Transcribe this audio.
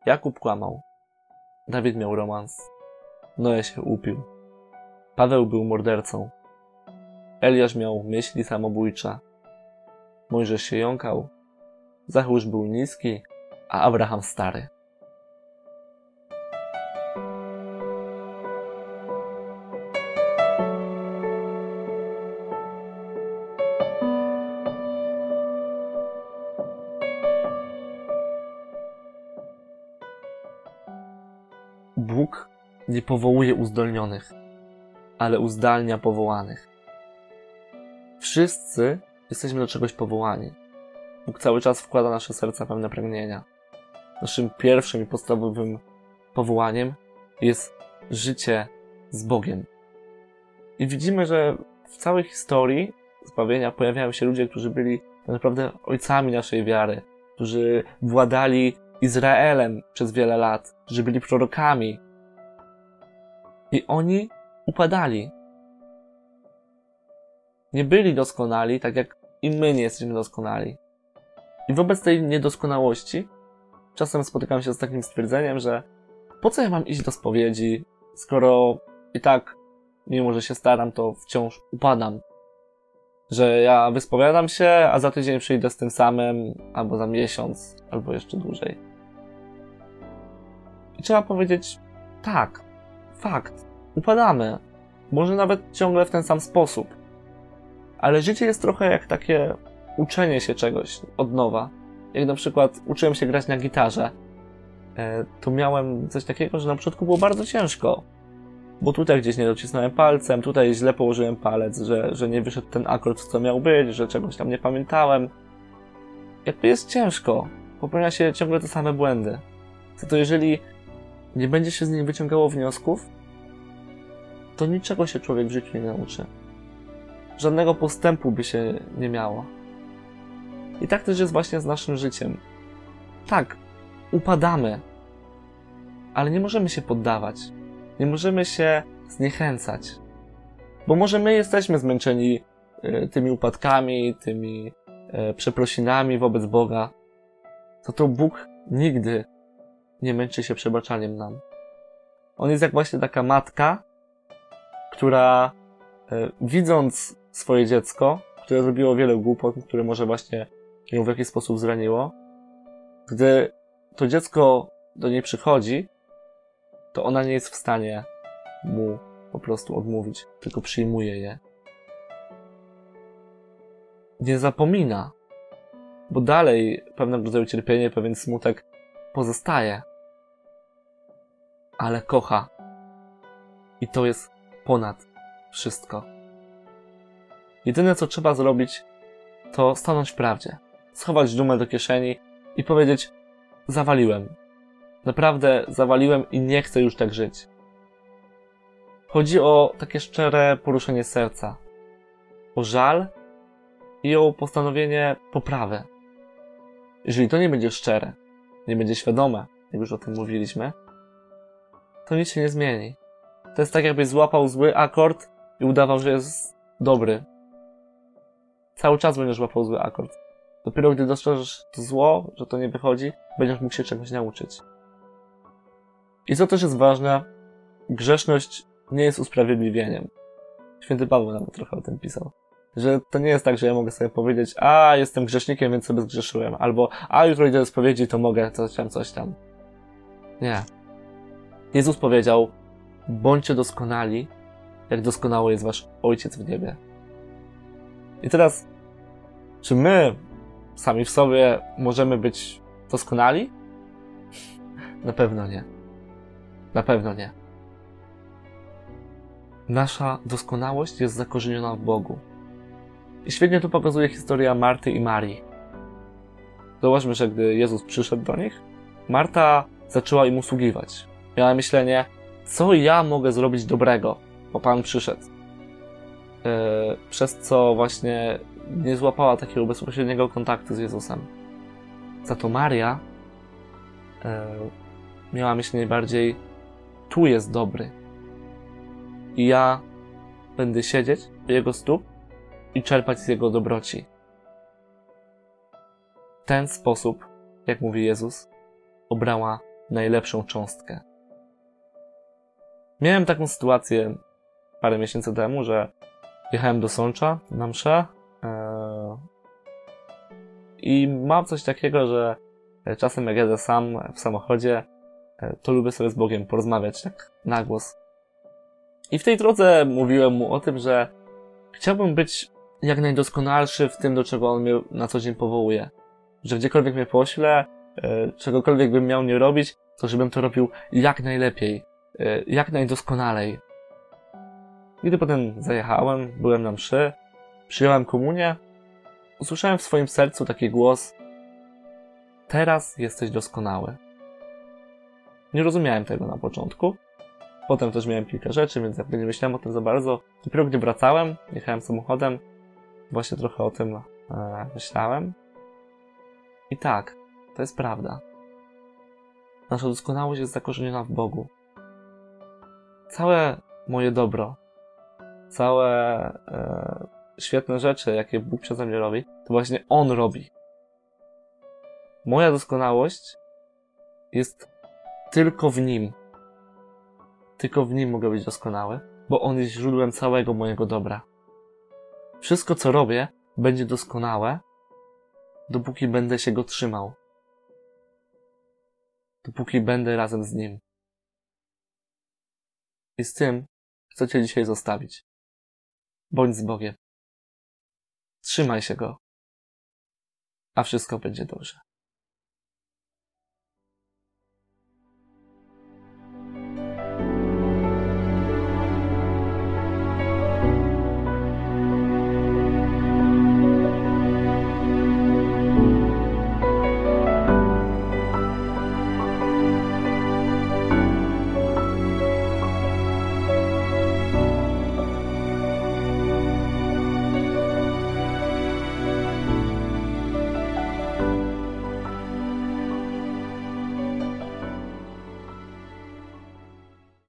Jakub kłamał. Dawid miał romans. Noe się upił. Paweł był mordercą. Eliasz miał myśli samobójcze. Mojżesz się jąkał. Zacheusz był niski, a Abraham stary. Bóg nie powołuje uzdolnionych, ale uzdalnia powołanych. Wszyscy jesteśmy do czegoś powołani. Bóg cały czas wkłada w nasze serca pewne pragnienia. Naszym pierwszym i podstawowym powołaniem jest życie z Bogiem. I widzimy, że w całej historii zbawienia pojawiają się ludzie, którzy byli tak naprawdę ojcami naszej wiary, którzy władali Izraelem przez wiele lat, którzy byli prorokami. I oni upadali. Nie byli doskonali, tak jak i my nie jesteśmy doskonali. I wobec tej niedoskonałości czasem spotykam się z takim stwierdzeniem, że po co ja mam iść do spowiedzi, skoro i tak, mimo że się staram, to wciąż upadam. Że ja wyspowiadam się, a za tydzień przyjdę z tym samym, albo za miesiąc, albo jeszcze dłużej. I trzeba powiedzieć, tak, fakt, upadamy. Może nawet ciągle w ten sam sposób. Ale życie jest trochę jak takie uczenie się czegoś od nowa. Jak na przykład uczyłem się grać na gitarze, to miałem coś takiego, że na początku było bardzo ciężko. Bo tutaj gdzieś nie docisnąłem palcem, tutaj źle położyłem palec, że nie wyszedł ten akord, co miał być, że czegoś tam nie pamiętałem. Jakby jest ciężko. Popełnia się ciągle te same błędy. To jeżeli nie będzie się z nich wyciągało wniosków, to niczego się człowiek w życiu nie nauczy. Żadnego postępu by się nie miało. I tak też jest właśnie z naszym życiem. Tak, upadamy, ale nie możemy się poddawać. Nie możemy się zniechęcać. Bo może my jesteśmy zmęczeni tymi upadkami, tymi przeprosinami wobec Boga. To Bóg nigdy nie męczy się przebaczaniem nam. On jest jak właśnie taka matka, która widząc swoje dziecko, które zrobiło wiele głupot, które może właśnie ją w jakiś sposób zraniło, gdy to dziecko do niej przychodzi, to ona nie jest w stanie mu po prostu odmówić, tylko przyjmuje je. Nie zapomina, bo dalej pewnego rodzaju cierpienie, pewien smutek pozostaje, ale kocha. I to jest ponad wszystko. Jedyne, co trzeba zrobić, to stanąć w prawdzie, schować dumę do kieszeni i powiedzieć: zawaliłem. Naprawdę zawaliłem i nie chcę już tak żyć. Chodzi o takie szczere poruszenie serca, o żal i o postanowienie poprawy. Jeżeli to nie będzie szczere, nie będzie świadome, jak już o tym mówiliśmy, to nic się nie zmieni. To jest tak, jakbyś złapał zły akord i udawał, że jest dobry. Cały czas będziesz łapał zły akord. Dopiero gdy dostrzeżesz to zło, że to nie wychodzi, będziesz mógł się czegoś nauczyć. I co też jest ważne, grzeszność nie jest usprawiedliwieniem. Święty Paweł nawet trochę o tym pisał. Że to nie jest tak, że ja mogę sobie powiedzieć: a, jestem grzesznikiem, więc sobie zgrzeszyłem. Albo: a, jutro idę do spowiedzi, to mogę coś tam. Nie. Jezus powiedział: bądźcie doskonali, jak doskonały jest wasz Ojciec w niebie. I teraz, czy my sami w sobie możemy być doskonali? Na pewno nie. Na pewno nie. Nasza doskonałość jest zakorzeniona w Bogu. I świetnie tu pokazuje historia Marty i Marii. Zobaczmy, że gdy Jezus przyszedł do nich, Marta zaczęła im usługiwać. Miała myślenie: co ja mogę zrobić dobrego, bo Pan przyszedł. Przez co właśnie nie złapała takiego bezpośredniego kontaktu z Jezusem. Za to Maria miała myślenie bardziej: tu jest dobry. I ja będę siedzieć u Jego stóp i czerpać z Jego dobroci. W ten sposób, jak mówi Jezus, obrała najlepszą cząstkę. Miałem taką sytuację parę miesięcy temu, że jechałem do Sącza na mszę i mam coś takiego, że czasem jak jadę sam w samochodzie, to lubię sobie z Bogiem porozmawiać tak na głos. I w tej drodze mówiłem mu o tym, że chciałbym być jak najdoskonalszy w tym, do czego on mnie na co dzień powołuje. Że gdziekolwiek mnie pośle, czegokolwiek bym miał nie robić, to żebym to robił jak najlepiej, jak najdoskonalej. Gdy potem zajechałem, byłem na mszy, przyjąłem komunię, usłyszałem w swoim sercu taki głos: teraz jesteś doskonały. Nie rozumiałem tego na początku. Potem też miałem kilka rzeczy, więc jakby nie myślałem o tym za bardzo. Dopiero gdy wracałem, jechałem samochodem, właśnie trochę o tym myślałem. I tak, to jest prawda. Nasza doskonałość jest zakorzeniona w Bogu. Całe moje dobro, całe świetne rzeczy, jakie Bóg przeze mnie robi, to właśnie On robi. Moja doskonałość jest tylko w Nim. Tylko w Nim mogę być doskonały, bo On jest źródłem całego mojego dobra. Wszystko, co robię, będzie doskonałe, dopóki będę się Go trzymał. Dopóki będę razem z Nim. I z tym chcę Cię dzisiaj zostawić. Bądź z Bogiem. Trzymaj się Go, a wszystko będzie dobrze.